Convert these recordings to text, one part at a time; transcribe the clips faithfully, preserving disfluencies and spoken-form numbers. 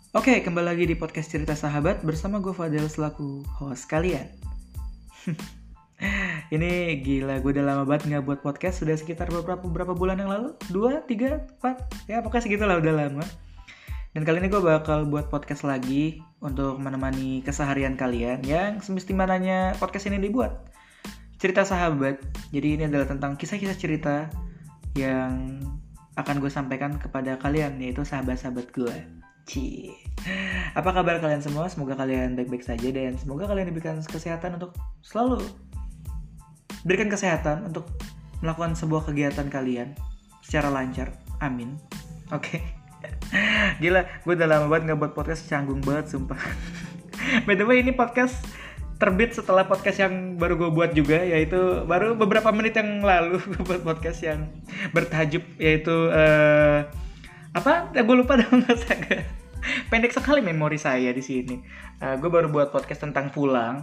Oke, kembali lagi di podcast Cerita Sahabat bersama gue Fadel selaku host kalian. Ini gila, gue udah lama banget gak buat podcast. Sudah sekitar beberapa, beberapa bulan yang lalu. Dua, tiga, empat. Ya pokoknya segitulah, udah lama. Dan kali ini gue bakal buat podcast lagi untuk menemani keseharian kalian yang semestinya nanya podcast ini dibuat. Cerita Sahabat. Jadi ini adalah tentang kisah-kisah cerita yang akan gue sampaikan kepada kalian, yaitu sahabat-sahabat gue. Cie. Apa kabar kalian semua? Semoga kalian baik-baik saja dan semoga kalian diberikan kesehatan untuk selalu berikan kesehatan untuk melakukan sebuah kegiatan kalian secara lancar. Amin. Oke. Okay. Gila, gue udah lama banget gak buat podcast, canggung banget sumpah. By the way, ini podcast terbit setelah podcast yang baru gue buat juga, yaitu baru beberapa menit yang lalu gue buat podcast yang bertajuk yaitu uh, apa? Gue lupa dong, astaga. Pendek sekali memori saya di sini. Uh, gue baru buat podcast tentang pulang.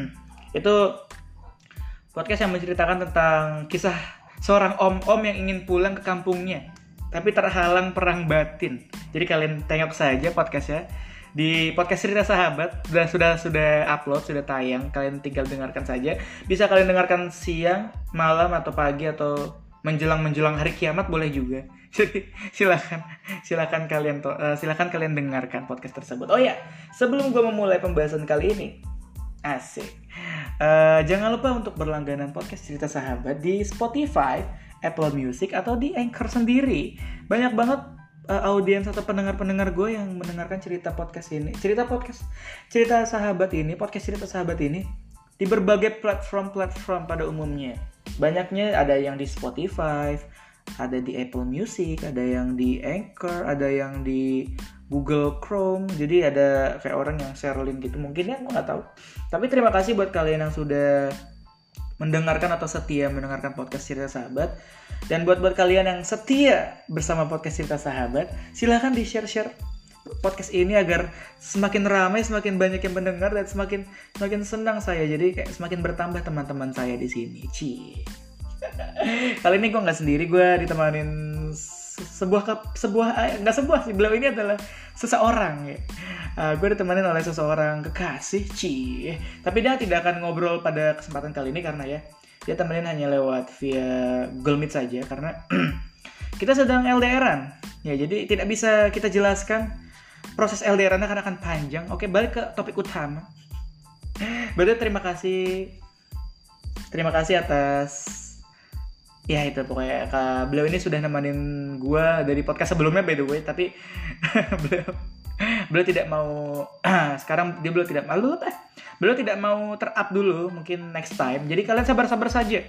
Itu podcast yang menceritakan tentang kisah seorang om-om yang ingin pulang ke kampungnya, tapi terhalang perang batin. Jadi kalian tengok saja podcastnya di podcast Cerita Sahabat. Sudah sudah sudah upload, sudah tayang. Kalian tinggal dengarkan saja. Bisa kalian dengarkan siang, malam atau pagi atau menjelang menjelang hari kiamat boleh juga. Jadi silakan silakan kalian to, uh, silakan kalian dengarkan podcast tersebut. Oh ya, sebelum gue memulai pembahasan kali ini, asik. Uh, jangan lupa untuk berlangganan podcast Cerita Sahabat di Spotify, Apple Music atau di Anchor sendiri. Banyak banget uh, audiens atau pendengar-pendengar gue yang mendengarkan cerita podcast ini. Cerita podcast Cerita Sahabat ini, podcast Cerita Sahabat ini di berbagai platform-platform pada umumnya. Banyaknya ada yang di Spotify, ada di Apple Music, ada yang di Anchor, ada yang di Google Chrome. Jadi ada kayak orang yang share link gitu. Mungkin ya, gue gak tahu. Tapi terima kasih buat kalian yang sudah mendengarkan atau setia mendengarkan podcast Cerita Sahabat. Dan buat-buat kalian yang setia bersama podcast Cerita Sahabat, silahkan di-share-share podcast ini agar semakin ramai, semakin banyak yang mendengar dan semakin semakin senang saya. Jadi kayak semakin bertambah teman-teman saya di sini. Cie. Kali ini gue nggak sendiri, gue ditemanin sebuah ke, sebuah nggak sebuah sih, beliau ini adalah seseorang ya. Uh, gue ditemanin oleh seseorang kekasih, cie. Tapi dia tidak akan ngobrol pada kesempatan kali ini karena ya dia temenin hanya lewat via Google Meet saja karena kita sedang L D R-an. Ya, jadi tidak bisa kita jelaskan proses L D R-nya karena akan panjang. Oke, balik ke topik utama. Berarti terima kasih terima kasih atas ya itu pokoknya Kak, beliau ini sudah nemenin gue dari podcast sebelumnya by the way, tapi beliau beliau tidak mau sekarang dia beliau tidak malu eh beliau tidak mau ter-up dulu, mungkin next time. Jadi kalian sabar-sabar saja.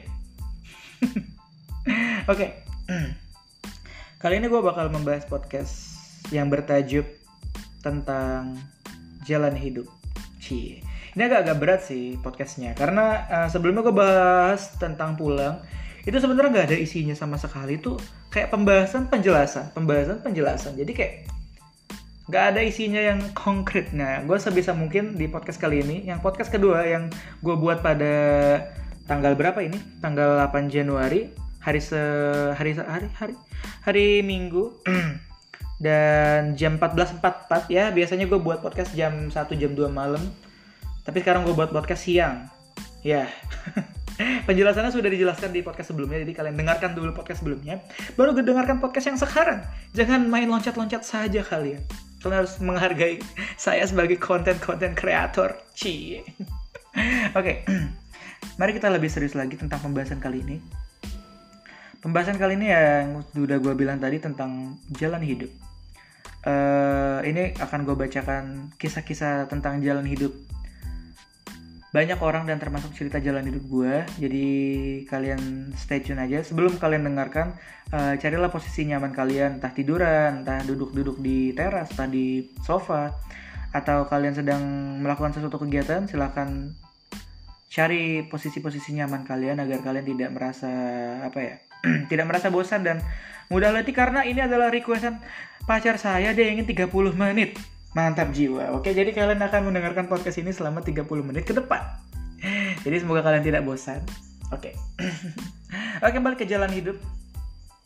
Oke. Okay. Kali ini gue bakal membahas podcast yang bertajuk tentang jalan hidup. Cie. Ini agak-agak berat sih podcastnya karena uh, sebelumnya gue bahas tentang pulang. Itu sebenarnya nggak ada isinya sama sekali, itu kayak pembahasan penjelasan, pembahasan penjelasan. Jadi kayak nggak ada isinya yang konkret. Nah, gue sebisa mungkin di podcast kali ini, yang podcast kedua yang gue buat pada tanggal berapa ini? Tanggal delapan Januari, hari se hari hari hari hari Minggu. Dan jam empat belas empat puluh empat ya, biasanya gue buat podcast jam satu jam dua malam. Tapi sekarang gue buat podcast siang. Ya. Penjelasannya sudah dijelaskan di podcast sebelumnya, jadi kalian dengarkan dulu podcast sebelumnya, baru dengarkan podcast yang sekarang. Jangan main loncat-loncat saja kalian. Kalian harus menghargai saya sebagai konten-konten kreator. Cie. Oke. Mari kita lebih serius lagi tentang pembahasan kali ini. Pembahasan kali ini yang sudah gue bilang tadi tentang jalan hidup. Uh, ini akan gue bacakan kisah-kisah tentang jalan hidup banyak orang dan termasuk cerita jalan hidup gue. Jadi kalian stay tune aja. Sebelum kalian dengarkan, uh, carilah posisi nyaman kalian, entah tiduran, entah duduk-duduk di teras, entah di sofa, atau kalian sedang melakukan sesuatu kegiatan. Silahkan cari posisi-posisi nyaman kalian agar kalian tidak merasa apa ya tidak merasa bosan dan mudah letih, karena ini adalah requestan pacar saya, dia ingin tiga puluh menit. Mantap jiwa. Oke, jadi kalian akan mendengarkan podcast ini selama tiga puluh menit ke depan. Jadi semoga kalian tidak bosan. Oke. Oke, balik ke jalan hidup.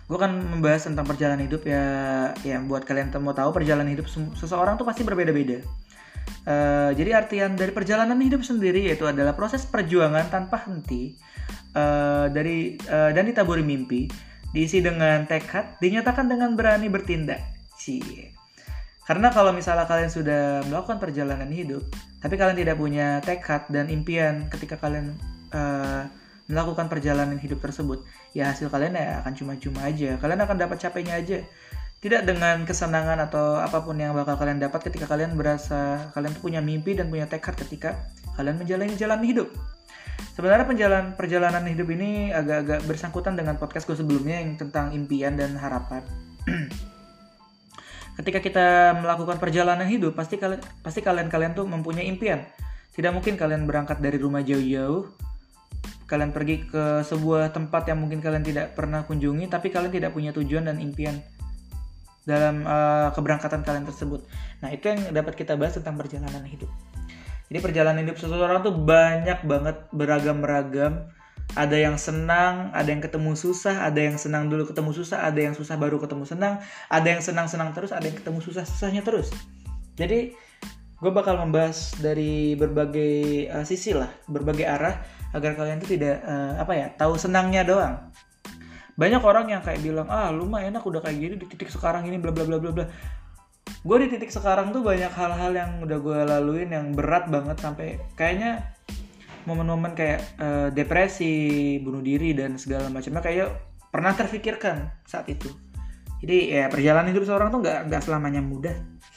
gue akan membahas tentang perjalanan hidup ya. Ya buat kalian mau tahu, perjalanan hidup seseorang tuh pasti berbeda-beda. Uh, jadi artian dari perjalanan hidup sendiri yaitu adalah proses perjuangan tanpa henti uh, dari uh, dan ditaburi mimpi, diisi dengan tekad, dinyatakan dengan berani bertindak. Cie. Karena kalau misalnya kalian sudah melakukan perjalanan hidup, tapi kalian tidak punya tekad dan impian ketika kalian uh, melakukan perjalanan hidup tersebut, ya hasil kalian ya akan cuma-cuma aja. Kalian akan dapat capeknya aja. Tidak dengan kesenangan atau apapun yang bakal kalian dapat ketika kalian berasa kalian tuh punya mimpi dan punya tekad ketika kalian menjalani jalan hidup. Sebenarnya perjalanan perjalanan hidup ini agak-agak bersangkutan dengan podcast gue sebelumnya yang tentang impian dan harapan. Ketika kita melakukan perjalanan hidup, pasti kalian pasti kalian-kalian tuh mempunyai impian. Tidak mungkin kalian berangkat dari rumah jauh-jauh, kalian pergi ke sebuah tempat yang mungkin kalian tidak pernah kunjungi, tapi kalian tidak punya tujuan dan impian dalam uh, keberangkatan kalian tersebut. Nah, itu yang dapat kita bahas tentang perjalanan hidup. Jadi perjalanan hidup seseorang tuh banyak banget, beragam-beragam. Ada yang senang, ada yang ketemu susah, ada yang senang dulu ketemu susah, ada yang susah baru ketemu senang, ada yang senang-senang terus, ada yang ketemu susah-susahnya terus. Jadi gue bakal membahas dari berbagai uh, sisi lah, berbagai arah, agar kalian tuh tidak uh, apa ya tahu senangnya doang. Banyak orang yang kayak bilang, ah lu mah enak udah kayak gini di titik sekarang ini bla bla bla bla bla. Gue di titik sekarang tuh banyak hal-hal yang udah gue laluin yang berat banget, sampai kayaknya momen-momen kayak uh, depresi, bunuh diri dan segala macamnya kayak pernah terfikirkan saat itu. Jadi ya perjalanan hidup seorang tuh nggak nggak selamanya mudah.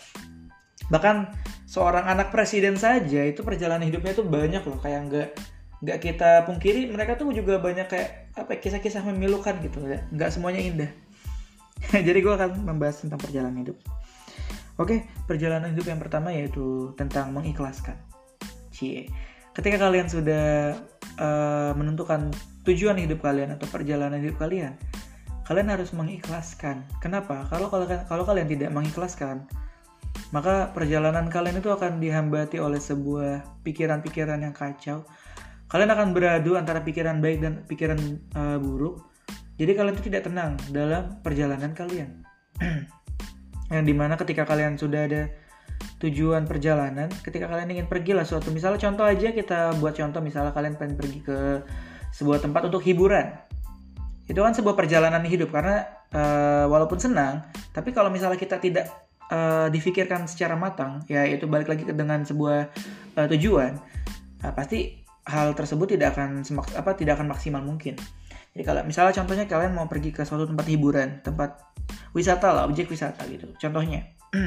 Bahkan seorang anak presiden saja itu perjalanan hidupnya tuh banyak loh, kayak nggak nggak kita pungkiri mereka tuh juga banyak kayak apa kisah-kisah memilukan gitu ya, nggak semuanya indah. Jadi gue akan membahas tentang perjalanan hidup. Oke, perjalanan hidup yang pertama yaitu tentang mengikhlaskan. Cie. Ketika kalian sudah uh, menentukan tujuan hidup kalian atau perjalanan hidup kalian, kalian harus mengikhlaskan. Kenapa? Kalau kalau kalau kalian tidak mengikhlaskan, maka perjalanan kalian itu akan dihambati oleh sebuah pikiran-pikiran yang kacau. Kalian akan beradu antara pikiran baik dan pikiran uh, buruk. Jadi kalian itu tidak tenang dalam perjalanan kalian. Yang dimana ketika kalian sudah ada tujuan perjalanan, ketika kalian ingin pergi lah suatu, misalnya contoh aja kita buat contoh, misalnya kalian pengen pergi ke sebuah tempat untuk hiburan. Itu kan sebuah perjalanan hidup, karena uh, walaupun senang, tapi kalau misalnya kita tidak uh, difikirkan secara matang, ya itu balik lagi ke dengan sebuah uh, tujuan, uh, pasti hal tersebut tidak akan semaks- apa tidak akan maksimal mungkin. Jadi kalau misalnya contohnya kalian mau pergi ke suatu tempat hiburan, tempat wisata lah, objek wisata gitu, contohnya.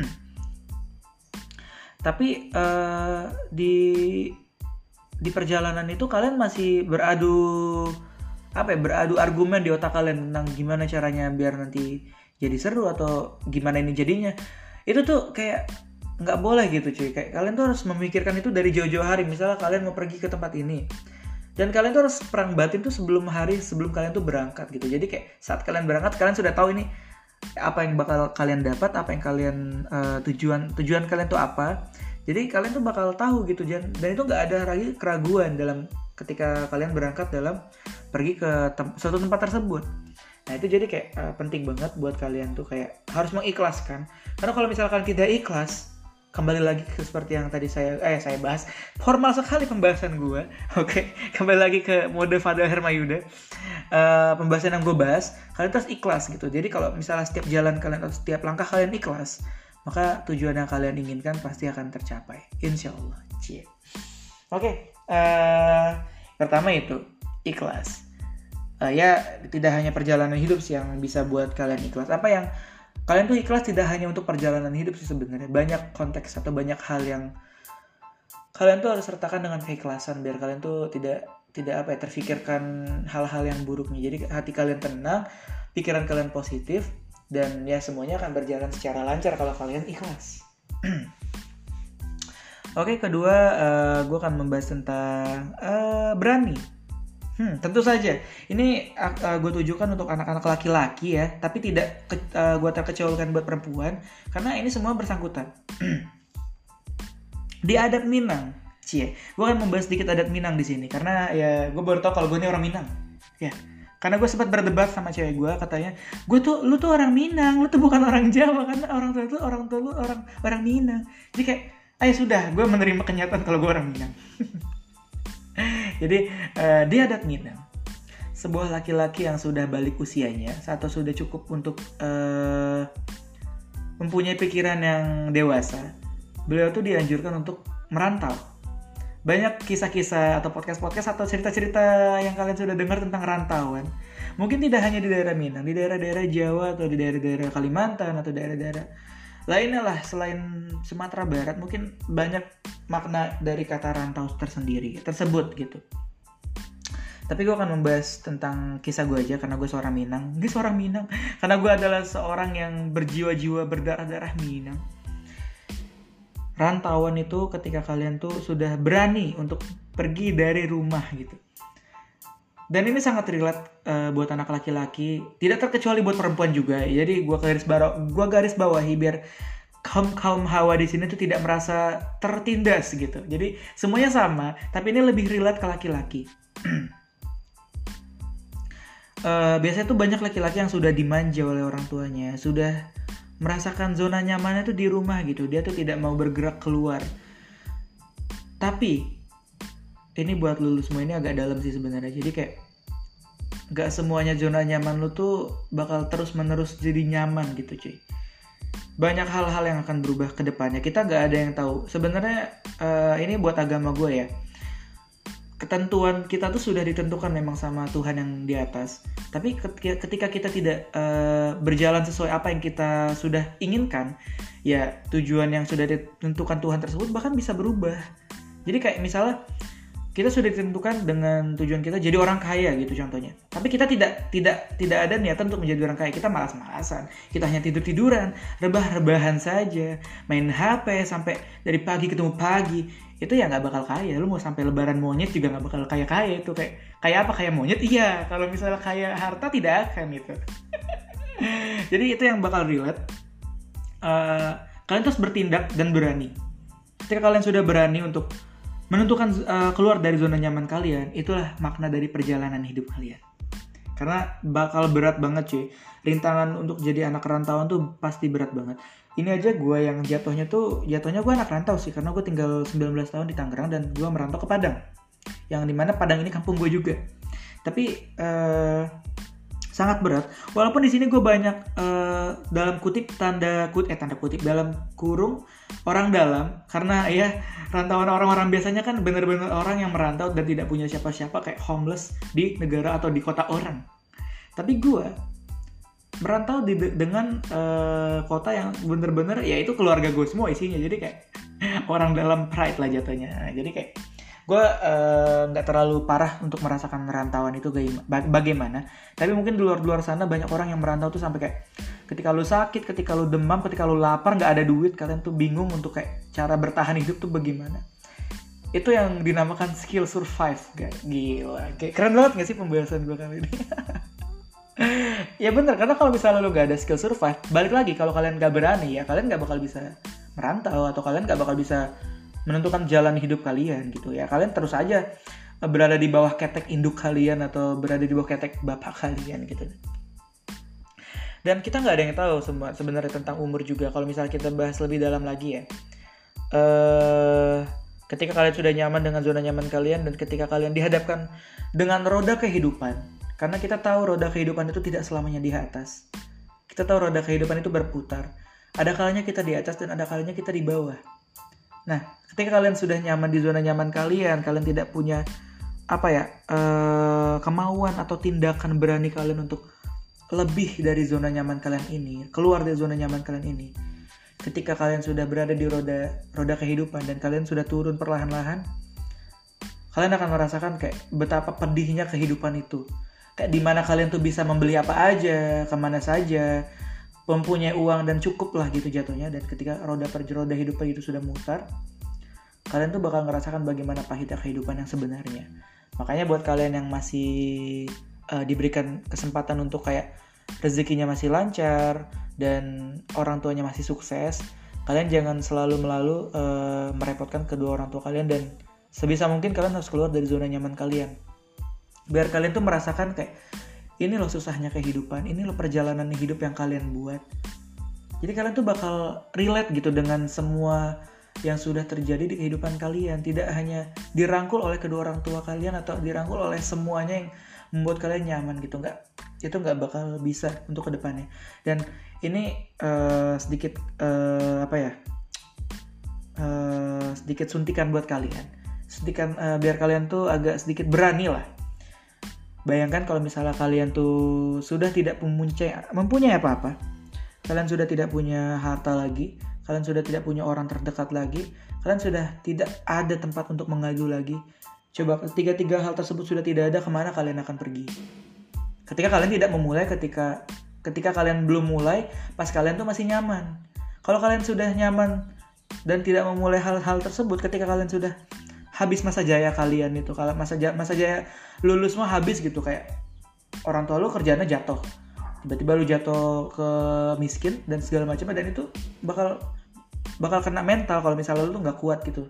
Tapi uh, di di perjalanan itu kalian masih beradu apa ya beradu argumen di otak kalian tentang gimana caranya biar nanti jadi seru atau gimana ini jadinya. Itu tuh kayak nggak boleh gitu cuy. Kayak kalian tuh harus memikirkan itu dari jauh-jauh hari. Misalnya kalian mau pergi ke tempat ini, dan kalian tuh harus perang batin tuh sebelum hari sebelum kalian tuh berangkat gitu. Jadi kayak saat kalian berangkat, kalian sudah tahu ini apa yang bakal kalian dapat, apa yang kalian uh, tujuan tujuan kalian tuh apa. Jadi kalian tuh bakal tahu gitu, dan itu nggak ada lagi keraguan dalam ketika kalian berangkat dalam pergi ke tem- suatu tempat tersebut. Nah itu jadi kayak uh, penting banget buat kalian tuh kayak harus mengikhlaskan. Karena kalau misalkan tidak ikhlas, kembali lagi ke seperti yang tadi saya eh saya bahas, formal sekali pembahasan gue. Oke, kembali lagi ke mode Fadel Hermayuda. Uh, pembahasan yang gue bahas, kalian harus ikhlas gitu. Jadi kalau misalnya setiap jalan kalian atau setiap langkah kalian ikhlas, maka tujuan yang kalian inginkan pasti akan tercapai, insya Allah. Cie. Oke, uh, pertama itu ikhlas. Uh, ya tidak hanya perjalanan hidup sih yang bisa buat kalian ikhlas. Apa yang kalian tuh ikhlas tidak hanya untuk perjalanan hidup sih sebenarnya. Banyak konteks atau banyak hal yang kalian tuh harus sertakan dengan keikhlasan biar kalian tuh tidak tidak apa ya terfikirkan hal-hal yang buruknya. Jadi hati kalian tenang, pikiran kalian positif, dan ya semuanya akan berjalan secara lancar kalau kalian ikhlas. Oke, kedua uh, gue akan membahas tentang uh, berani. Hmm, tentu saja ini uh, gue tujukan untuk anak-anak laki-laki ya, tapi tidak ke, uh, gue terkecualikan buat perempuan karena ini semua bersangkutan. Di adat Minang, cie, gue akan membahas sedikit adat Minang di sini karena ya gue baru tahu kalau gue ini orang Minang. Ya, Karena gue sempat berdebat sama cewek gue, katanya, gue tuh, lu tuh orang Minang, lu tuh bukan orang Jawa, karena orang tua tuh orang tua lu orang orang Minang. Jadi kayak, ayo sudah, gue menerima kenyataan kalau gue orang Minang. Jadi uh, di adat Minang, sebuah laki-laki yang sudah balik usianya atau sudah cukup untuk uh, mempunyai pikiran yang dewasa, beliau tuh dianjurkan untuk merantau. Banyak kisah-kisah atau podcast-podcast atau cerita-cerita yang kalian sudah dengar tentang rantauan. Mungkin tidak hanya di daerah Minang, di daerah-daerah Jawa atau di daerah-daerah Kalimantan atau daerah-daerah lainnya lah selain Sumatera Barat, mungkin banyak makna dari kata rantau tersendiri, tersebut gitu. Tapi gue akan membahas tentang kisah gue aja karena gue seorang Minang. Gue seorang Minang karena gue adalah seorang yang berjiwa-jiwa berdarah-darah Minang. Rantauan itu ketika kalian tuh sudah berani untuk pergi dari rumah gitu. Dan ini sangat relate uh, buat anak laki-laki, tidak terkecuali buat perempuan juga. Jadi gue garis bawah, gue garis bawahi biar kaum kaum hawa di sini tuh tidak merasa tertindas gitu. Jadi semuanya sama, tapi ini lebih relate ke laki-laki. uh, biasanya tuh banyak laki-laki yang sudah dimanja oleh orang tuanya, sudah merasakan zona nyamannya tuh di rumah gitu. Dia tuh tidak mau bergerak keluar. Tapi ini buat lu semua ini agak dalam sih sebenarnya. Jadi kayak gak semuanya zona nyaman lu tuh bakal terus menerus jadi nyaman gitu cuy. Banyak hal-hal yang akan berubah ke depannya. Kita gak ada yang tahu. Sebenarnya uh, ini buat agama gue ya. Ketentuan kita tuh sudah ditentukan memang sama Tuhan yang di atas. Tapi ketika kita tidak uh, berjalan sesuai apa yang kita sudah inginkan, ya tujuan yang sudah ditentukan Tuhan tersebut bahkan bisa berubah. Jadi kayak misalnya kita sudah ditentukan dengan tujuan kita jadi orang kaya gitu contohnya. Tapi kita tidak tidak tidak ada niatan untuk menjadi orang kaya. Kita malas-malasan. Kita hanya tidur-tiduran, rebah-rebahan saja, main H P sampai dari pagi ketemu pagi. Itu ya nggak bakal kaya. Lu mau sampai lebaran monyet juga nggak bakal kaya-kaya itu. Kayak kayak apa kayak monyet? Iya. Kalau misalnya kaya harta tidak akan gitu. Jadi itu yang bakal relate. Uh, kalian terus bertindak dan berani. Ketika kalian sudah berani untuk menentukan uh, keluar dari zona nyaman kalian, itulah makna dari perjalanan hidup kalian. Karena bakal berat banget cuy. Rintangan untuk jadi anak rantauan tuh pasti berat banget. Ini aja gue yang jatuhnya tuh, jatuhnya gue anak rantau sih. Karena gue tinggal sembilan belas tahun di Tangerang dan gue merantau ke Padang. Yang dimana Padang ini kampung gue juga. Tapi uh, sangat berat. Walaupun di sini gue banyak uh, dalam kutip tanda kut eh tanda kutip dalam kurung orang dalam, karena ya rantauan orang-orang biasanya kan benar-benar orang yang merantau dan tidak punya siapa-siapa kayak homeless di negara atau di kota orang. Tapi gue merantau di, dengan uh, kota yang benar-benar ya itu keluarga gue semua isinya. Jadi kayak orang dalam pride lah jatuhnya. Jadi kayak gue nggak uh, terlalu parah untuk merasakan merantauan itu bagaimana. Tapi mungkin di luar-luar sana banyak orang yang merantau tuh sampai kayak ketika lu sakit, ketika lu demam, ketika lu lapar nggak ada duit, kalian tuh bingung untuk kayak cara bertahan hidup tuh bagaimana. Itu yang dinamakan skill survive, guys. Gila, kayak keren banget nggak sih pembahasan gue kali ini? Ya bener, karena kalau misalnya lu nggak ada skill survive, balik lagi kalau kalian nggak berani ya kalian nggak bakal bisa merantau atau kalian nggak bakal bisa menentukan jalan hidup kalian gitu ya. Kalian terus aja berada di bawah ketek induk kalian atau berada di bawah ketek bapak kalian gitu. Dan kita nggak ada yang tahu sebenarnya tentang umur juga. Kalau misalnya kita bahas lebih dalam lagi ya, uh, ketika kalian sudah nyaman dengan zona nyaman kalian dan ketika kalian dihadapkan dengan roda kehidupan, karena kita tahu roda kehidupan itu tidak selamanya di atas. Kita tahu roda kehidupan itu berputar. Ada kalanya kita di atas dan ada kalanya kita di bawah. Nah, ketika kalian sudah nyaman di zona nyaman kalian, kalian tidak punya apa ya uh, kemauan atau tindakan berani kalian untuk lebih dari zona nyaman kalian ini, keluar dari zona nyaman kalian ini. Ketika kalian sudah berada di roda roda kehidupan dan kalian sudah turun perlahan-lahan, kalian akan merasakan kayak betapa pedihnya kehidupan itu. Kayak dimana kalian tuh bisa membeli apa aja, kemana saja, mempunyai uang dan cukup lah gitu jatuhnya. Dan ketika roda per roda hidup itu sudah mutar, kalian tuh bakal ngerasakan bagaimana pahitnya kehidupan yang sebenarnya. Makanya buat kalian yang masih uh, diberikan kesempatan untuk kayak rezekinya masih lancar dan orang tuanya masih sukses, kalian jangan selalu melalu uh, merepotkan kedua orang tua kalian dan sebisa mungkin kalian harus keluar dari zona nyaman kalian. Biar kalian tuh merasakan kayak ini loh susahnya kehidupan, ini loh perjalanan hidup yang kalian buat. Jadi kalian tuh bakal relate gitu dengan semua yang sudah terjadi di kehidupan kalian. Tidak hanya dirangkul oleh kedua orang tua kalian atau dirangkul oleh semuanya yang membuat kalian nyaman gitu. Nggak, itu nggak bakal bisa untuk kedepannya. Dan ini uh, sedikit uh, apa ya, uh, sedikit suntikan buat kalian. Sedikit uh, biar kalian tuh agak sedikit berani lah. Bayangkan kalau misalnya kalian tuh sudah tidak mempunyai, mempunyai apa-apa. Kalian sudah tidak punya harta lagi, kalian sudah tidak punya orang terdekat lagi, kalian sudah tidak ada tempat untuk mengadu lagi. Coba ketiga-tiga hal tersebut sudah tidak ada, kemana kalian akan pergi? Ketika kalian tidak memulai, ketika ketika kalian belum mulai, pas kalian tuh masih nyaman. Kalau kalian sudah nyaman dan tidak memulai hal-hal tersebut, ketika kalian sudah habis masa jaya kalian itu, kalau masa jaya, masa jaya lulus mah habis gitu, kayak orang tua lu kerjaannya jatuh. Tiba-tiba lu jatuh ke miskin dan segala macam, dan itu bakal bakal kena mental kalau misalnya lu tuh nggak kuat gitu.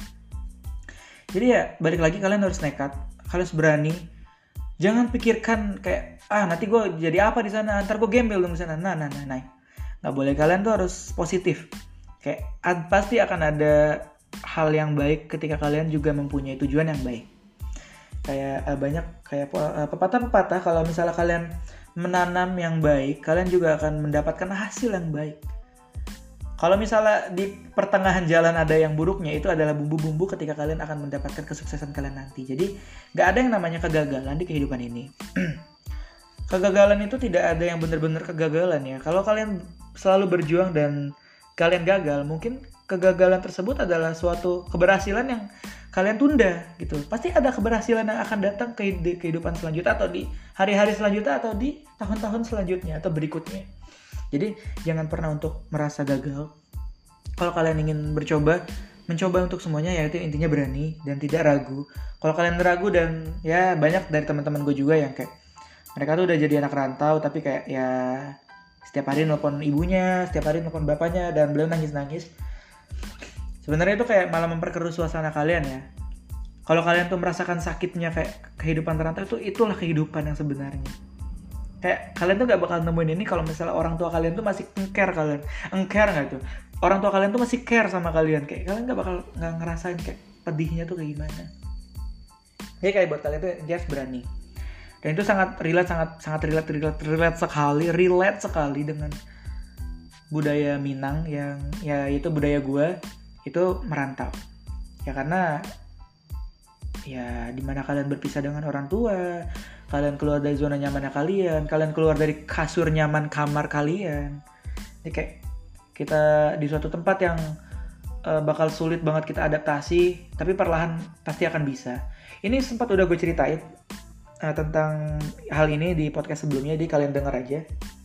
Jadi ya balik lagi, kalian harus nekat, kalian harus berani. Jangan pikirkan kayak ah nanti gue jadi apa di sana, ntar gue gembel dong di sana. Nah nah nah nah, nggak boleh. Kalian tuh harus positif. Kayak ad, pasti akan ada hal yang baik ketika kalian juga mempunyai tujuan yang baik. Kayak uh, banyak kayak uh, pepatah-pepatah, kalau misalnya kalian menanam yang baik, kalian juga akan mendapatkan hasil yang baik. Kalau misalnya di pertengahan jalan ada yang buruknya, itu adalah bumbu-bumbu ketika kalian akan mendapatkan kesuksesan kalian nanti. Jadi gak ada yang namanya kegagalan di kehidupan ini. Kegagalan itu tidak ada yang benar-benar kegagalan ya. Kalau kalian selalu berjuang dan kalian gagal, mungkin kegagalan tersebut adalah suatu keberhasilan yang kalian tunda gitu. Pasti ada keberhasilan yang akan datang ke kehidupan selanjutnya, atau di hari-hari selanjutnya, atau di tahun-tahun selanjutnya atau berikutnya. Jadi jangan pernah untuk merasa gagal. Kalau kalian ingin bercoba, mencoba untuk semuanya, yaitu intinya berani dan tidak ragu. Kalau kalian ragu, dan ya banyak dari teman-teman gue juga yang kayak mereka tuh udah jadi anak rantau, tapi kayak ya setiap hari nelpon ibunya, setiap hari nelpon bapaknya, dan beliau nangis-nangis. Sebenarnya itu kayak malah memperkeruh suasana kalian ya. Kalau kalian tuh merasakan sakitnya kayak kehidupan rantau, itu itulah kehidupan yang sebenarnya. Kayak kalian tuh gak bakal nemuin ini kalau misalnya orang tua kalian tuh masih care kalian. Engcare gak tuh? Orang tua kalian tuh masih care sama kalian. Kayak kalian gak bakal gak ngerasain kayak pedihnya tuh kayak gimana. Jadi kayak buat kalian tuh just berani. Dan itu sangat relate, sangat sangat relate, relate, relate sekali, relate sekali dengan budaya Minang yang ya itu budaya gue. Itu merantau ya, karena ya dimana kalian berpisah dengan orang tua, kalian keluar dari zona nyamannya kalian, kalian keluar dari kasur nyaman kamar kalian. Ini kayak kita di suatu tempat yang uh, bakal sulit banget kita adaptasi, tapi perlahan pasti akan bisa. Ini sempat udah gue ceritain uh, tentang hal ini di podcast sebelumnya, jadi kalian denger aja.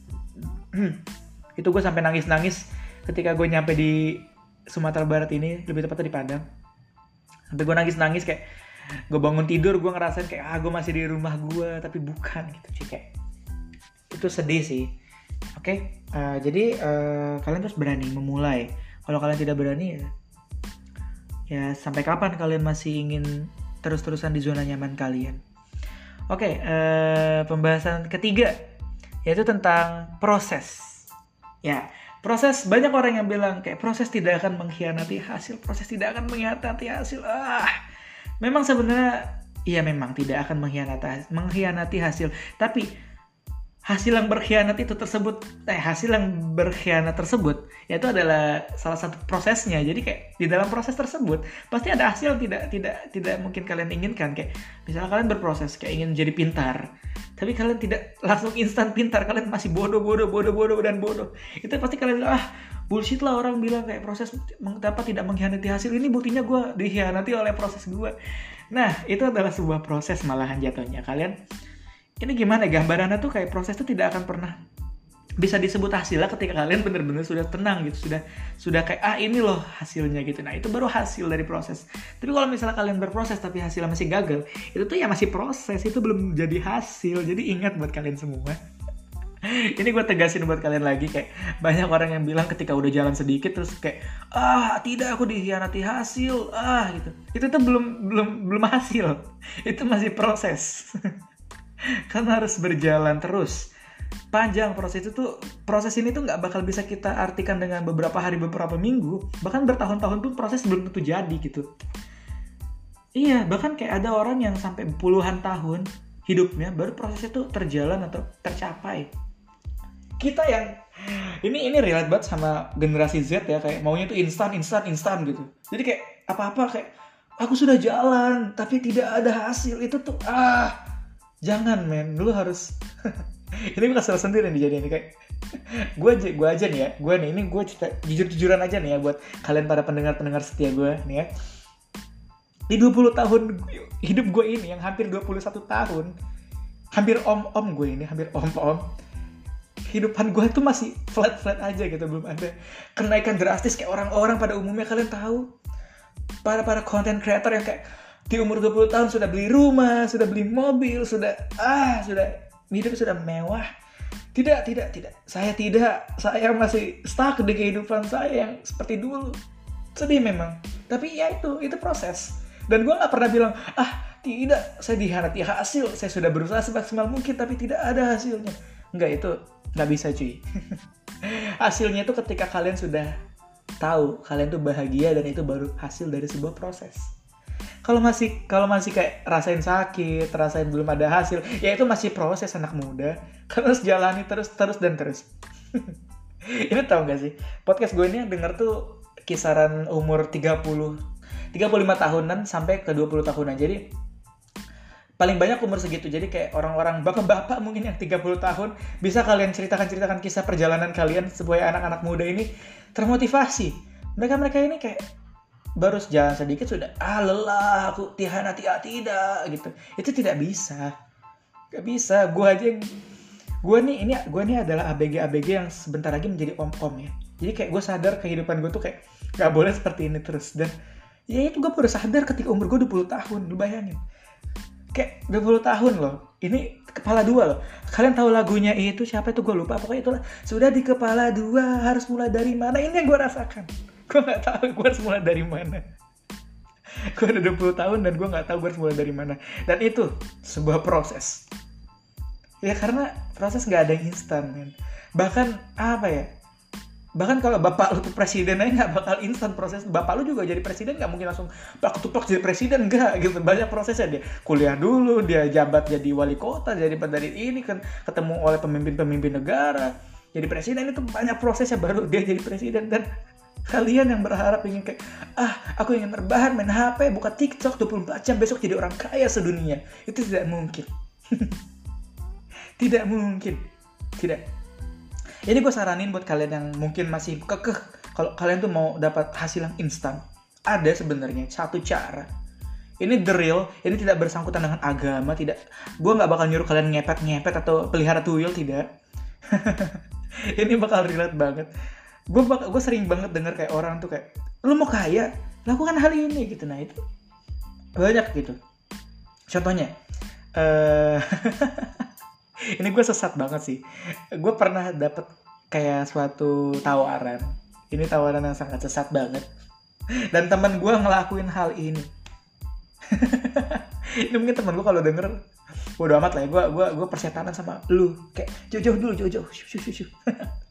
Itu gue sampai nangis-nangis ketika gue nyampe di Sumatera Barat ini, lebih tepatnya di Padang. Sampai gue nangis-nangis kayak gue bangun tidur, gue ngerasain kayak ah gue masih di rumah gue, tapi bukan gitu sih. Kayak itu sedih sih. Oke, okay? uh, jadi uh, kalian terus berani memulai. Kalau kalian tidak berani ya, ya sampai kapan kalian masih ingin terus-terusan di zona nyaman kalian? Oke, okay, uh, pembahasan ketiga yaitu tentang proses. Ya. Proses, banyak orang yang bilang kayak proses tidak akan mengkhianati hasil, proses tidak akan mengkhianati hasil. Ah, memang sebenarnya iya memang tidak akan mengkhianati mengkhianati hasil, tapi hasil yang berkhianat itu tersebut, eh hasil yang berkhianat tersebut, yaitu adalah salah satu prosesnya. Jadi kayak di dalam proses tersebut pasti ada hasil tidak tidak tidak mungkin kalian inginkan. Kayak misalnya kalian berproses kayak ingin jadi pintar, tapi kalian tidak langsung instan pintar, kalian masih bodoh, bodoh, bodoh, bodoh, dan bodoh. Itu pasti kalian bilang, ah bullshit lah, orang bilang kayak proses dapat tidak mengkhianati hasil. Ini buktinya gue dikhianati oleh proses gue. Nah, itu adalah sebuah proses malahan jatuhnya. Kalian, ini gimana gambarannya tuh kayak proses tuh tidak akan pernah bisa disebut hasilnya ketika kalian benar-benar sudah tenang gitu, sudah sudah kayak ah ini loh hasilnya gitu. Nah itu baru hasil dari proses. Tapi kalau misalnya kalian berproses tapi hasilnya masih gagal, itu tuh ya masih proses, itu belum jadi hasil. Jadi ingat buat kalian semua. Ini gue tegasin buat kalian lagi, kayak banyak orang yang bilang ketika udah jalan sedikit terus kayak ah tidak aku dikhianati hasil ah gitu. Itu tuh belum belum belum hasil, itu masih proses. Kan harus berjalan terus. Panjang proses itu tuh, proses ini tuh nggak bakal bisa kita artikan dengan beberapa hari, beberapa minggu, bahkan bertahun-tahun pun proses belum tentu jadi gitu. Iya, bahkan kayak ada orang yang sampai puluhan tahun hidupnya baru prosesnya tuh terjalan atau tercapai. Kita yang ini ini relate banget sama generasi Z ya, kayak maunya tuh instan, instan, instan gitu. Jadi kayak apa-apa kayak aku sudah jalan tapi tidak ada hasil, itu tuh ah jangan men, lu harus ini gue kesel sendiri nih jadi ini kayak gue aja gue aja nih ya gue nih ini gue cerita jujur-jujuran aja nih ya buat kalian para pendengar-pendengar setia gue nih ya. Di dua puluh tahun hidup gue ini yang hampir dua puluh satu tahun, hampir om-om gue ini, hampir om-om, kehidupan gue tuh masih flat-flat aja gitu, belum ada kenaikan drastis kayak orang-orang pada umumnya. Kalian tahu para para content creator yang kayak di umur dua puluh tahun sudah beli rumah, sudah beli mobil, sudah ah sudah hidup sudah mewah. Tidak, tidak, tidak. Saya tidak. Saya masih stuck di kehidupan saya yang seperti dulu. Sedih memang. Tapi ya itu, itu proses. Dan gue gak pernah bilang, ah tidak, saya dihianati hasil. Saya sudah berusaha semaksimal mungkin, tapi tidak ada hasilnya. Enggak, itu gak bisa cuy. Hasilnya itu ketika kalian sudah tahu, kalian tuh bahagia dan itu baru hasil dari sebuah proses. Kalau masih kalau masih kayak rasain sakit, rasain belum ada hasil, ya itu masih proses anak muda. Terus jalani terus terus dan terus. Ini tau gak sih? Podcast gue ini yang denger tuh kisaran umur tiga puluh tiga puluh lima tahunan sampai ke dua puluh tahunan. Jadi paling banyak umur segitu. Jadi kayak orang-orang bapak-bapak mungkin yang tiga puluh tahun, bisa kalian ceritakan-ceritakan kisah perjalanan kalian supaya anak-anak muda ini termotivasi. Mereka-mereka ini kayak baru jalan sedikit sudah ah lelah, aku tihanati ah tidak gitu. Itu tidak bisa. Gak bisa. Gue aja yang gue nih ini gue nih adalah A B G A B G yang sebentar lagi menjadi om-om ya. Jadi kayak gue sadar kehidupan gue tuh kayak gak boleh seperti ini terus. Dan ya itu gue baru sadar ketika umur gue dua puluh tahun. Lu bayangin. Kayak dua puluh tahun loh. Ini kepala dua loh. Kalian tahu lagunya itu siapa itu, gue lupa. Pokoknya itulah. Sudah di kepala dua, harus mulai dari mana. Ini yang gue rasakan. Gue gak tahu gue harus mulai dari mana. Gue udah dua puluh tahun dan gue gak tahu gue harus mulai dari mana. Dan itu sebuah proses. Ya karena proses gak ada yang instan kan. Bahkan apa ya, bahkan kalau bapak lu tuh presiden aja gak bakal instan proses. Bapak lu juga jadi presiden gak mungkin langsung plak tuplak jadi presiden, enggak gitu. Banyak prosesnya. Dia kuliah dulu, dia jabat jadi wali kota, jadi dari ini kan ketemu oleh pemimpin-pemimpin negara, jadi presiden. Itu banyak prosesnya baru dia jadi presiden. Dan kalian yang berharap ingin kayak ah aku ingin rebahan main H P buka TikTok dua puluh empat jam besok jadi orang kaya sedunia, itu tidak mungkin. Tidak mungkin. Tidak. Ini gue saranin buat kalian yang mungkin masih kekeh kalau kalian tuh mau dapat hasil yang instan, ada sebenarnya satu cara. Ini the real, ini tidak bersangkutan dengan agama, tidak. Gue nggak bakal nyuruh kalian ngepet-ngepet atau pelihara tuyul, tidak. Ini bakal relate banget. Gue bak- gue sering banget denger kayak orang tuh kayak, lu mau kaya, lakukan hal ini gitu. Nah itu banyak gitu. Contohnya, uh, ini gue sesat banget sih. Gue pernah dapet kayak suatu tawaran. Ini tawaran yang sangat sesat banget. Dan teman gue ngelakuin hal ini. Ini mungkin teman gue kalau denger, bodo amat lah ya. Gue gue gue persetanan sama lu. Kayak jauh-jauh dulu, jauh-jauh. Shush, shush, shush.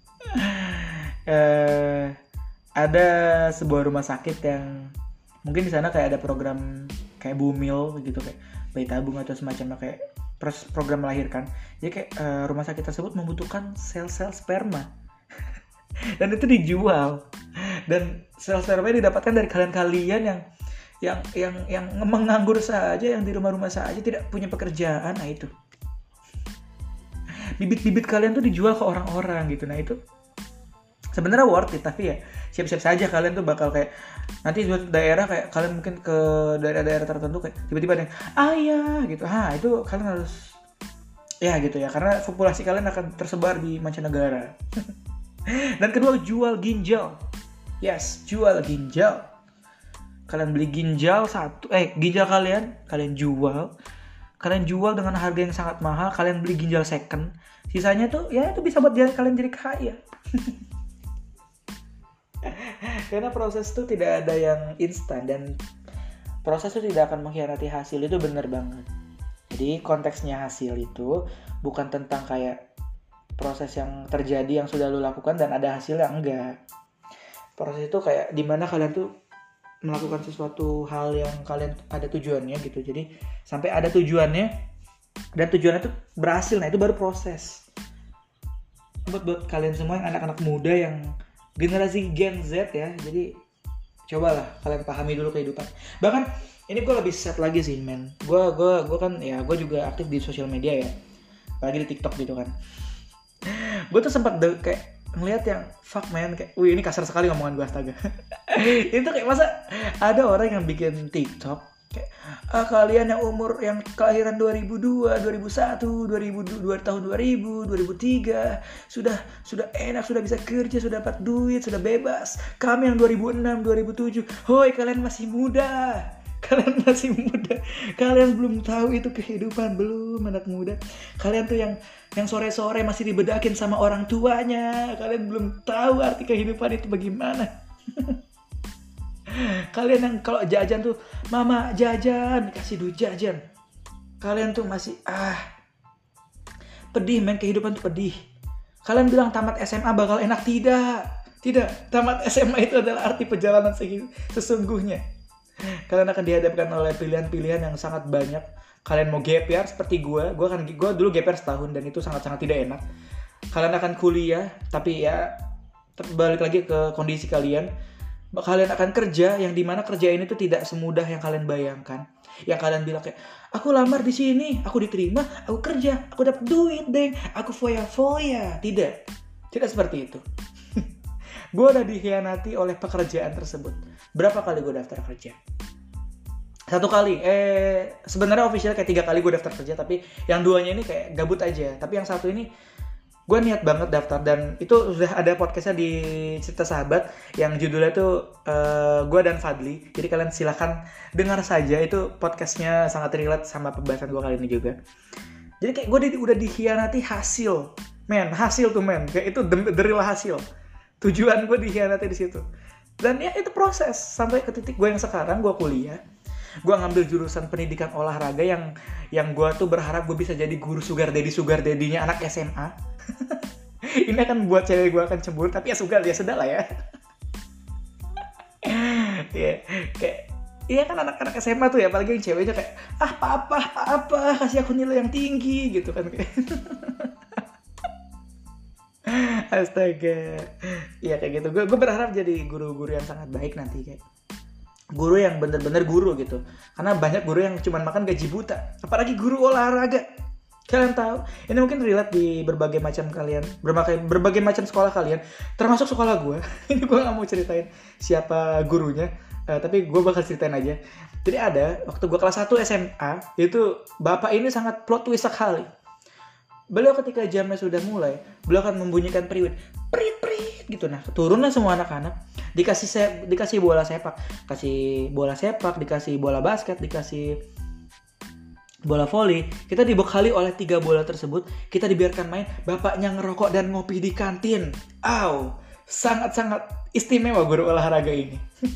Uh, ada sebuah rumah sakit yang mungkin di sana kayak ada program kayak bumil gitu, kayak bayi tabung atau semacamnya, kayak proses program melahirkan. Jadi kayak uh, rumah sakit tersebut membutuhkan sel-sel sperma dan itu dijual, dan sel sperma didapatkan dari kalian-kalian yang yang yang yang menganggur saja, yang di rumah-rumah saja tidak punya pekerjaan. Nah itu bibit-bibit kalian tuh dijual ke orang-orang gitu. Nah itu sebenarnya worth it, tapi ya siap-siap saja kalian tuh bakal kayak nanti suatu daerah kayak kalian mungkin ke daerah-daerah tertentu kayak tiba-tiba ada yang ah ya gitu, ha itu kalian harus ya gitu ya, karena populasi kalian akan tersebar di mancanegara. Dan kedua, jual ginjal. Yes, jual ginjal. Kalian beli ginjal satu, eh ginjal kalian kalian jual, kalian jual dengan harga yang sangat mahal. Kalian beli ginjal second, sisanya tuh ya itu bisa buat kalian jadi kaya. Karena proses itu tidak ada yang instan dan proses itu tidak akan mengkhianati hasil, itu benar banget. Jadi Jadi konteksnya hasil itu bukan tentang kayak proses yang terjadi yang sudah lu lakukan dan ada hasilnya, enggak. Proses itu kayak dimana kalian tuh melakukan sesuatu hal yang kalian ada tujuannya gitu. Jadi sampai ada tujuannya dan tujuannya itu berhasil, nah itu baru proses. Buat buat kalian semua yang anak-anak muda yang generasi Gen Z ya, jadi cobalah kalian pahami dulu kehidupan. Bahkan ini gue lebih set lagi sih men. Gue gue gue kan ya gue juga aktif di sosial media ya, apalagi di TikTok gitu kan. Gue tuh sempat de- kayak ngelihat yang fuck man, kayak wih ini kasar sekali ngomongan gue, astaga. Itu kayak masa ada orang yang bikin TikTok kayak ah, kalian yang umur yang kelahiran dua ribu dua, dua ribu satu, dua ribu dua, tahun dua ribu, dua ribu tiga sudah sudah enak, sudah bisa kerja, sudah dapat duit, sudah bebas. Kami yang dua ribu enam, dua ribu tujuh, hoi kalian masih muda. Kalian masih muda. Kalian belum tahu itu kehidupan, belum anak muda. Kalian tuh yang yang sore-sore masih dibedakin sama orang tuanya. Kalian belum tahu arti kehidupan itu bagaimana. Kalian yang kalau jajan tuh mama jajan, dikasih duit jajan. Kalian tuh masih ah pedih men, kehidupan tuh pedih. Kalian bilang tamat S M A bakal enak, tidak. Tidak, tamat S M A itu adalah arti perjalanan sesungguhnya. Kalian akan dihadapkan oleh pilihan-pilihan yang sangat banyak. Kalian mau gap year seperti gue, gue kan gue dulu gap year setahun dan itu sangat-sangat tidak enak. Kalian akan kuliah, tapi ya balik lagi ke kondisi kalian. Kalian akan kerja yang dimana kerja ini tuh tidak semudah yang kalian bayangkan. Yang kalian bilang kayak, aku lamar di sini, aku diterima, aku kerja, aku dapat duit, deng, aku foya-foya. Tidak, tidak seperti itu. Gue udah dikhianati oleh pekerjaan tersebut. Berapa kali gue daftar kerja? Satu kali. Eh sebenarnya official kayak tiga kali gue daftar kerja, tapi yang duanya ini kayak gabut aja. Tapi yang satu ini gue niat banget daftar, dan itu sudah ada podcastnya di Cerita Sahabat yang judulnya tuh uh, gue dan Fadli. Jadi kalian silahkan dengar saja, itu podcastnya sangat relate sama pembahasan gue kali ini juga. Jadi kayak gue di, udah dikhianati hasil, men, hasil tuh men, kayak itu the, the real hasil. Tujuan gue dikhianati di situ. Dan ya itu proses sampai ke titik gue yang sekarang gue kuliah. Gue ngambil jurusan pendidikan olahraga yang yang gue tuh berharap gue bisa jadi guru sugar daddy sugar daddy-nya anak S M A. Ini akan buat cewek gue akan cemburu, tapi ya sugar ya sudah lah ya. Ya kayak iya kan anak-anak S M A tuh ya, apalagi yang ceweknya kayak ah apa apa apa kasih aku nilai yang tinggi gitu kan kayak. Astaga. Ya kayak gitu. Gue gue berharap jadi guru-guru yang sangat baik nanti, kayak guru yang bener-bener guru gitu. Karena banyak guru yang cuma makan gaji buta. Apalagi guru olahraga. Kalian tahu, ini mungkin relate di berbagai macam kalian, berbagai berbagai macam sekolah kalian, termasuk sekolah gue. Ini gue nggak mau ceritain siapa gurunya, uh, tapi gue bakal ceritain aja. Jadi ada waktu gue kelas satu S M A, itu bapak ini sangat plot twist sekali. Beliau ketika jamnya sudah mulai, beliau akan membunyikan periwit, prit prit gitu. Nah, turunlah semua anak-anak, dikasih se- dikasih bola sepak, kasih bola sepak, dikasih bola basket, dikasih bola voli. Kita dibekali oleh tiga bola tersebut, kita dibiarkan main. Bapaknya ngerokok dan ngopi di kantin. Aw, sangat-sangat istimewa guru olahraga ini.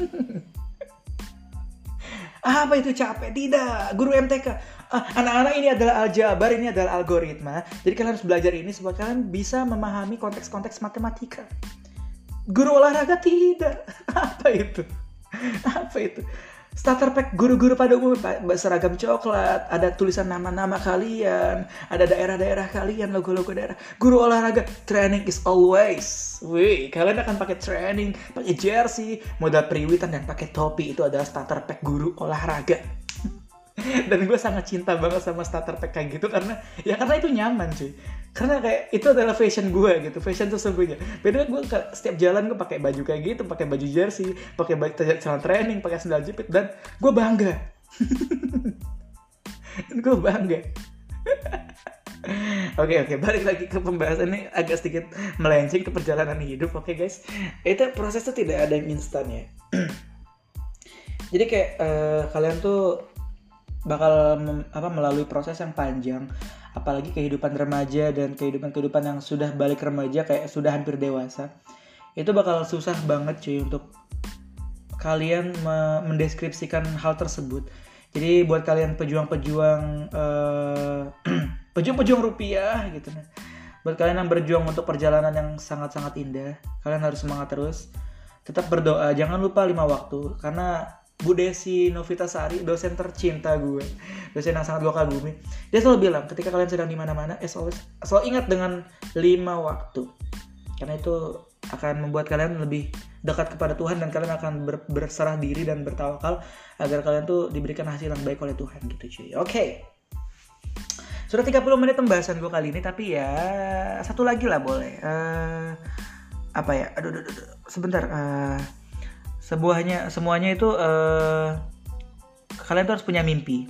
Apa itu capek? Tidak, guru M T K. Ah, anak-anak ini adalah aljabar, ini adalah algoritma. Jadi kalian harus belajar ini supaya kalian bisa memahami konteks-konteks matematika. Guru olahraga tidak. Apa itu? Apa itu? Starter pack guru-guru pada umumnya, seragam coklat, ada tulisan nama-nama kalian, ada daerah-daerah kalian, logo-logo daerah. Guru olahraga, training is always. Wih, kalian akan pakai training, pakai jersey, modal periwitan dan pakai topi. Itu adalah starter pack guru olahraga. Dan gue sangat cinta banget sama starter pack kayak gitu karena ya karena itu nyaman cuy, karena kayak itu adalah fashion gue gitu, fashion sesungguhnya. Beda gue setiap jalan gue pakai baju kayak gitu, pakai baju jersey, pakai baju celana training, pakai sandal jepit, dan gue bangga. Gue bangga. Oke oke balik lagi ke pembahasan ini, agak sedikit melenceng ke perjalanan hidup. Oke guys, itu prosesnya tidak ada yang instan ya. Jadi kayak uh, kalian tuh bakal mem, apa melalui proses yang panjang, apalagi kehidupan remaja dan kehidupan-kehidupan yang sudah balik remaja kayak sudah hampir dewasa. Itu bakal susah banget cuy untuk kalian me- mendeskripsikan hal tersebut. Jadi buat kalian pejuang-pejuang uh, pejuang-pejuang rupiah gitu nah. Buat kalian yang berjuang untuk perjalanan yang sangat-sangat indah, kalian harus semangat terus. Tetap berdoa, jangan lupa lima waktu. Karena Bu Desi Novitasari, dosen tercinta gue, dosen yang sangat gue kagumi, dia selalu bilang ketika kalian sedang di mana-mana, eh selalu, selalu ingat dengan lima waktu. Karena itu akan membuat kalian lebih dekat kepada Tuhan dan kalian akan ber, berserah diri dan bertawakal agar kalian tuh diberikan hasil yang baik oleh Tuhan gitu cuy. Oke. Okay. Sudah tiga puluh menit pembahasan gue kali ini, tapi ya satu lagi lah boleh. Uh, apa ya? Aduh, aduh, aduh. Sebentar. Uh, semuanya semuanya itu uh, kalian tuh harus punya mimpi.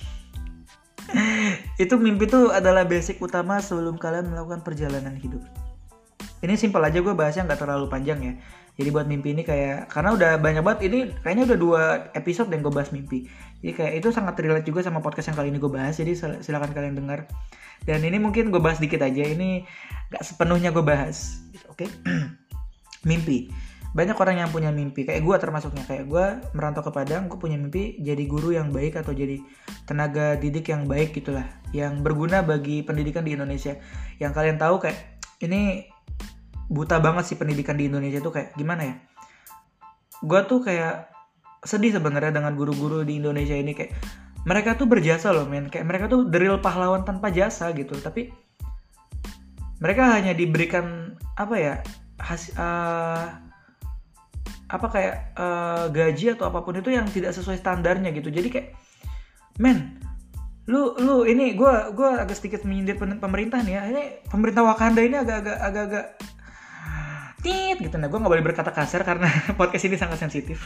Itu mimpi tuh adalah basic utama sebelum kalian melakukan perjalanan hidup. Ini simpel aja gue bahasnya nggak terlalu panjang ya. Jadi buat mimpi ini kayak, karena udah banyak banget, ini kayaknya udah dua episode yang gue bahas mimpi. Jadi kayak itu sangat relate juga sama podcast yang kali ini gue bahas. Jadi silakan kalian dengar. Dan ini mungkin gue bahas dikit aja. Ini nggak sepenuhnya gue bahas. Oke? Okay? Mimpi. Banyak orang yang punya mimpi. Kayak gue termasuknya. Kayak gue merantau ke Padang, gue punya mimpi jadi guru yang baik atau jadi tenaga didik yang baik gitulah. Yang berguna bagi pendidikan di Indonesia. Yang kalian tahu kayak ini buta banget sih pendidikan di Indonesia tuh kayak gimana ya? Gue tuh kayak sedih sebenarnya dengan guru-guru di Indonesia ini, kayak mereka tuh berjasa loh men, kayak mereka tuh the real pahlawan tanpa jasa gitu, tapi mereka hanya diberikan apa ya has, uh, apa kayak uh, gaji atau apapun itu yang tidak sesuai standarnya gitu. Jadi kayak men, lu lu ini gue gue agak sedikit menyindir pemerintah nih ya, ini pemerintah Wakanda ini agak-agak agak-agak tit gitu. Nah, gue nggak boleh berkata kasar karena podcast ini sangat sensitif.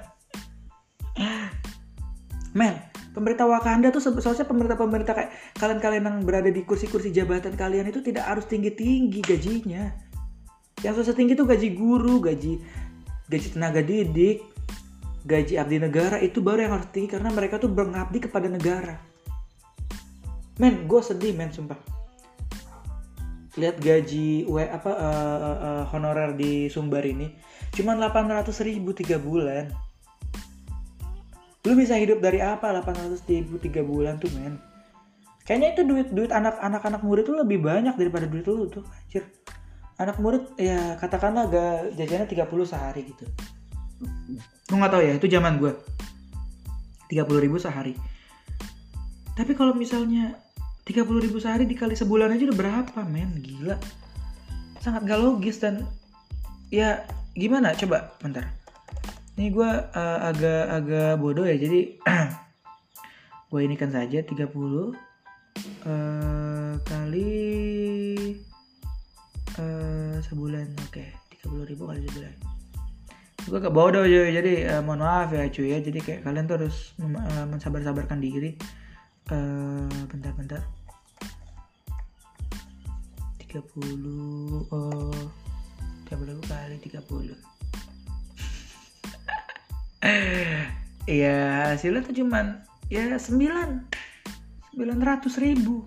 Men, pemerintah Wakanda tuh seharusnya pemerintah-pemerintah kayak kalian-kalian yang berada di kursi-kursi jabatan kalian itu tidak harus tinggi-tinggi gajinya. Yang susah tinggi tuh gaji guru, gaji gaji tenaga didik, gaji abdi negara, itu baru yang harus tinggi karena mereka tuh mengabdi kepada negara. Men, gue sedih men, sumpah. Lihat gaji we, apa uh, uh, uh, honorer di Sumbar ini cuma delapan ratus ribu tiga bulan. Lu bisa hidup dari apa delapan ratus ribu tiga bulan tuh men? Kayaknya itu duit duit anak-anak anak murid tuh lebih banyak daripada duit lu tuh anjir. Anak murid ya katakanlah gak jajannya tiga puluh sehari gitu. Lu gak tahu ya, itu zaman gue tiga puluh ribu sehari. Tapi kalau misalnya tiga puluh ribu sehari dikali sebulan aja udah berapa men, gila. Sangat gak logis dan ya gimana, coba bentar. Ini gue uh, agak-agak bodoh ya, jadi gue inikan saja tiga puluh uh, kali uh, sebulan. Oke, tiga puluh ribu kali sebulan. Gue agak bodoh aja, jadi uh, mohon maaf ya cuy ya. Jadi kayak kalian tuh harus mem- uh, mensabar-sabarkan diri. Uh, bentar-bentar tiga puluh oh tiga puluh kali tiga puluh ya hasilnya tuh cuman ya sembilan sembilan ratus ribu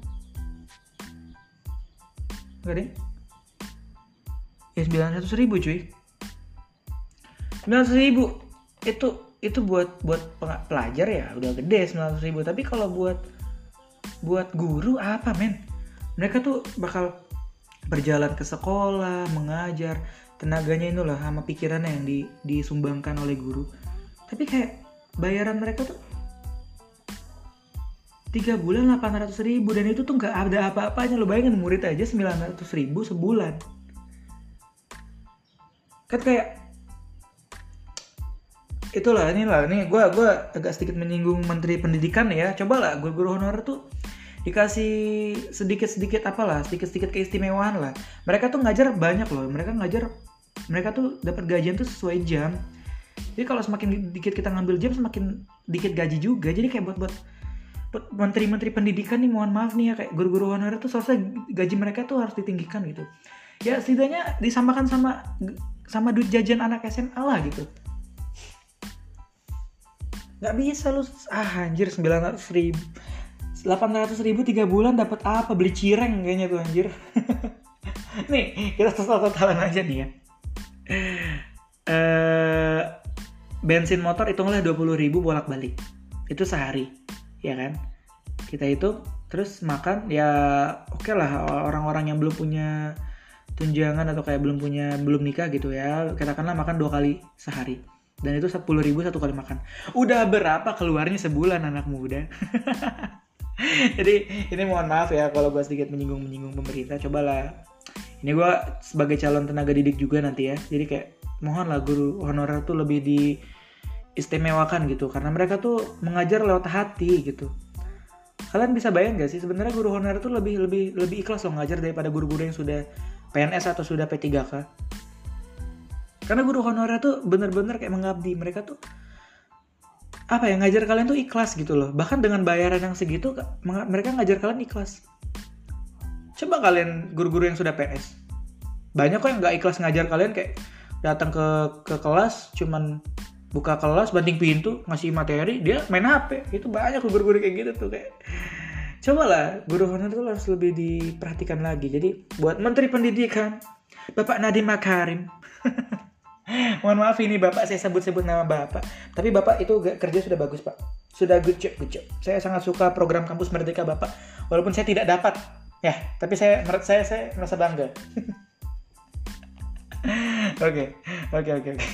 enggak deh ya sembilan ratus ribu cuy sembilan ratus ribu itu itu buat buat pelajar ya udah gede sembilan ratus ribu, tapi kalau buat buat guru apa men? Mereka tuh bakal berjalan ke sekolah, mengajar, tenaganya itu lah sama pikirannya yang di, disumbangkan oleh guru. Tapi kayak bayaran mereka tuh tiga bulan delapan ratus ribu dan itu tuh nggak ada apa-apanya. Lo bayangin murid aja sembilan ratus ribu sebulan. Kan kayak itulah inilah nih gue gue agak sedikit menyinggung Menteri Pendidikan ya. Cobalah guru-guru honorer tuh dikasih sedikit-sedikit apalah, sedikit-sedikit keistimewaan lah. Mereka tuh ngajar banyak loh. Mereka ngajar, mereka tuh dapat gajian tuh sesuai jam. Jadi kalau semakin dikit kita ngambil jam, semakin dikit gaji juga. Jadi kayak buat buat, buat menteri-menteri pendidikan nih, mohon maaf nih ya, kayak guru-guru honorer tuh seharusnya gaji mereka tuh harus ditinggikan gitu. Ya setidaknya disamakan sama sama duit jajan anak S M A lah gitu. Gak bisa lu ah anjir sembilan ratus ribu delapan ratus ribu tiga bulan dapat apa? Beli cireng kayaknya tuh anjir. Nih kita total-totalan aja nih ya. Uh, bensin motor hitunglah dua puluh ribu bolak-balik. itu sehari, ya kan? Kita hitung terus makan ya oke okay lah, orang-orang yang belum punya tunjangan atau kayak belum punya belum nikah gitu ya, katakanlah makan dua kali sehari. Dan itu sepuluh ribu satu kali makan. Udah berapa keluarnya sebulan anak muda? Jadi ini mohon maaf ya kalau gue sedikit menyinggung-menyinggung pemerintah. Cobalah, ini gue sebagai calon tenaga didik juga nanti ya. Jadi kayak mohon lah guru honorer tuh lebih diistimewakan gitu. Karena mereka tuh mengajar lewat hati gitu. Kalian bisa bayang gak sih sebenarnya guru honorer tuh lebih lebih lebih ikhlas loh ngajar daripada guru-guru yang sudah P N S atau sudah P tiga K. Karena guru honorer tuh bener-bener kayak mengabdi. Mereka tuh apa ya, ngajar kalian tuh ikhlas gitu loh. Bahkan dengan bayaran yang segitu mereka ngajar kalian ikhlas. Coba kalian guru-guru yang sudah P N S, banyak kok yang gak ikhlas ngajar kalian, kayak datang ke ke kelas cuman buka kelas, banting pintu, ngasih materi, dia main H P. Itu banyak guru-guru kayak gitu tuh. Kayak cobalah guru honorer tuh harus lebih diperhatikan lagi. Jadi buat Menteri Pendidikan Bapak Nadiem Makarim mohon maaf ini Bapak saya sebut-sebut nama Bapak, tapi Bapak itu kerja sudah bagus Pak, sudah good job, good job. Saya sangat suka program Kampus Merdeka Bapak, walaupun saya tidak dapat ya, tapi saya saya saya merasa bangga. Oke oke oke oke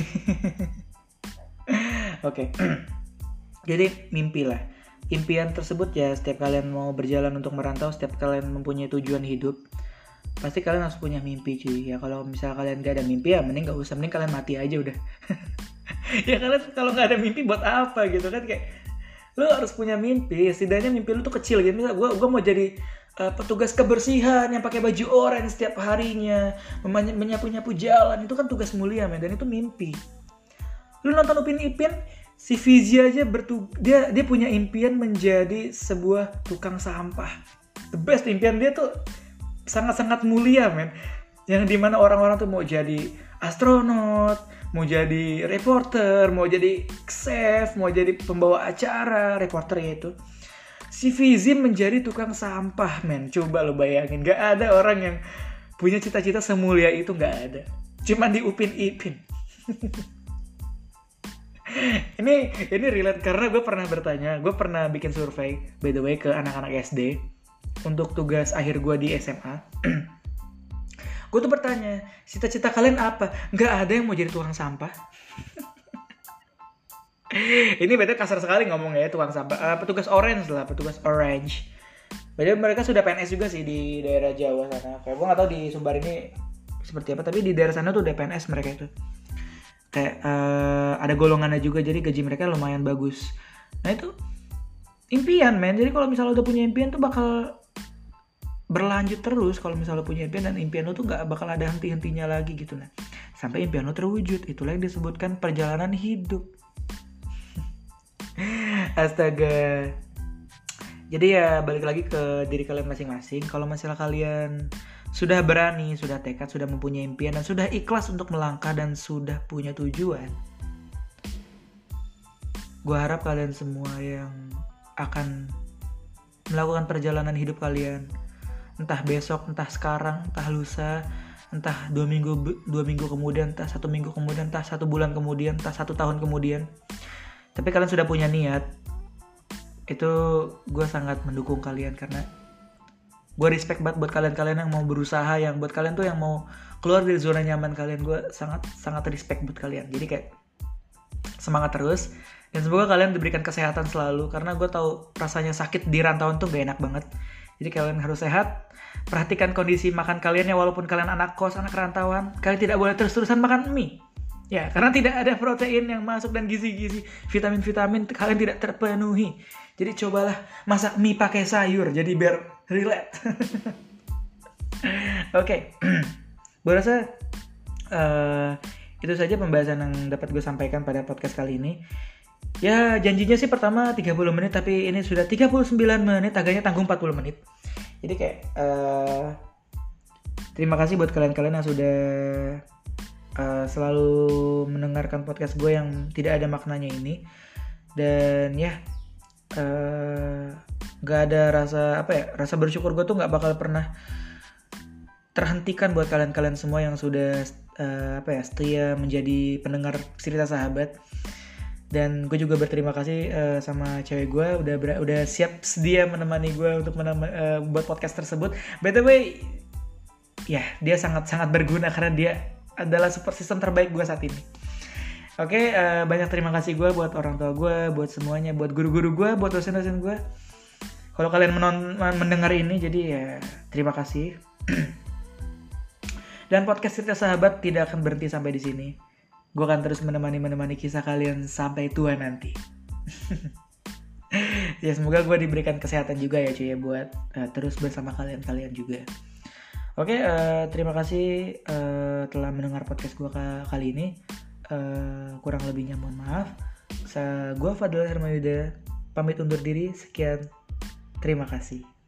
oke. Jadi mimpilah, impian tersebut ya, setiap kalian mau berjalan untuk merantau, setiap kalian mempunyai tujuan hidup, pasti kalian harus punya mimpi cuy. Ya kalau misal kalian gak ada mimpi ya mending gak usah, mending kalian mati aja udah. Ya kalian kalau gak ada mimpi buat apa gitu kan, kayak lu harus punya mimpi. Setidaknya mimpi lu tuh kecil gitu. Misal gue gue mau jadi uh, petugas kebersihan yang pakai baju oranye setiap harinya, menyapu-nyapu jalan, itu kan tugas mulia men, dan itu mimpi. Lu nonton Upin Ipin, si Fizi aja bertug dia dia punya impian menjadi sebuah tukang sampah. The best, impian dia tuh sangat-sangat mulia men, yang dimana orang-orang tuh mau jadi astronot, mau jadi reporter, mau jadi chef, mau jadi pembawa acara, reporternya itu. Si Fizi menjadi tukang sampah men. Coba lo bayangin, gak ada orang yang punya cita-cita semulia itu, gak ada. Cuman di Upin Ipin. ini ini relate karena gue pernah bertanya, gue pernah bikin survei by the way ke anak-anak S D untuk tugas akhir gue di S M A. Gue tuh bertanya, cita-cita kalian apa? Gak ada yang mau jadi tukang sampah. Ini betul kasar sekali ngomongnya ya, tukang sampah. Uh, petugas orange lah, petugas orange. Padahal mereka sudah P N S juga sih di daerah Jawa sana. Kayak gue gak tahu di Sumbar ini seperti apa, tapi di daerah sana tuh udah P N S mereka itu. Kayak uh, ada golongannya juga, jadi gaji mereka lumayan bagus. Nah itu impian men. Jadi kalau misalnya udah punya impian tuh bakal berlanjut terus. Kalau misalnya punya impian dan impian lo tuh gak bakal ada henti-hentinya lagi gitu nah. Sampai impian lo terwujud. Itulah yang disebutkan perjalanan hidup. Astaga. Jadi ya balik lagi ke diri kalian masing-masing. Kalau misalnya kalian sudah berani, sudah tekad, sudah mempunyai impian, dan sudah ikhlas untuk melangkah, dan sudah punya tujuan, gue harap kalian semua yang akan melakukan perjalanan hidup kalian, entah besok, entah sekarang, entah lusa, entah dua minggu dua minggu kemudian, entah satu minggu kemudian, entah satu bulan kemudian, entah satu tahun kemudian, tapi kalian sudah punya niat, itu gue sangat mendukung kalian. Karena gue respect banget buat kalian-kalian yang mau berusaha, yang buat kalian tuh yang mau keluar dari zona nyaman kalian. Gue sangat sangat respect buat kalian. Jadi kayak semangat terus, dan semoga kalian diberikan kesehatan selalu, karena gue tahu rasanya sakit di rantauan tuh gak enak banget. Jadi kalian harus sehat. Perhatikan kondisi makan kalian ya, walaupun kalian anak kos, anak rantauan, kalian tidak boleh terus-terusan makan mie. Ya, karena tidak ada protein yang masuk dan gizi-gizi, vitamin-vitamin kalian tidak terpenuhi. Jadi cobalah masak mie pakai sayur, jadi biar relate. Oke, gue rasa uh, itu saja pembahasan yang dapat gue sampaikan pada podcast kali ini. Ya janjinya sih pertama tiga puluh menit, tapi ini sudah tiga puluh sembilan menit, agaknya tanggung empat puluh menit. Jadi kayak uh, terima kasih buat kalian-kalian yang sudah uh, selalu mendengarkan podcast gue yang tidak ada maknanya ini. Dan ya uh, gak ada rasa apa ya, rasa bersyukur gue tuh gak bakal pernah terhentikan buat kalian-kalian semua yang sudah uh, apa ya setia menjadi pendengar cerita sahabat. Dan gue juga berterima kasih uh, sama cewek gue udah ber- udah siap sedia menemani gue untuk menem- uh, buat podcast tersebut. By the way, ya dia sangat sangat berguna karena dia adalah support system terbaik gue saat ini. Oke, okay, uh, banyak terima kasih gue buat orang tua gue, buat semuanya, buat guru-guru gue, buat dosen-dosen gue. Kalau kalian menon- mendengar ini, jadi ya terima kasih. Dan podcast Cerita Sahabat tidak akan berhenti sampai di sini. Gue akan terus menemani-menemani kisah kalian sampai tua nanti. Ya semoga gue diberikan kesehatan juga ya cuy ya buat uh, terus bersama kalian-kalian juga. Oke, uh, terima kasih uh, telah mendengar podcast gue k- kali ini. Uh, kurang lebihnya mohon maaf. Sa- gue Fadil Hermayuda pamit undur diri. Sekian, terima kasih.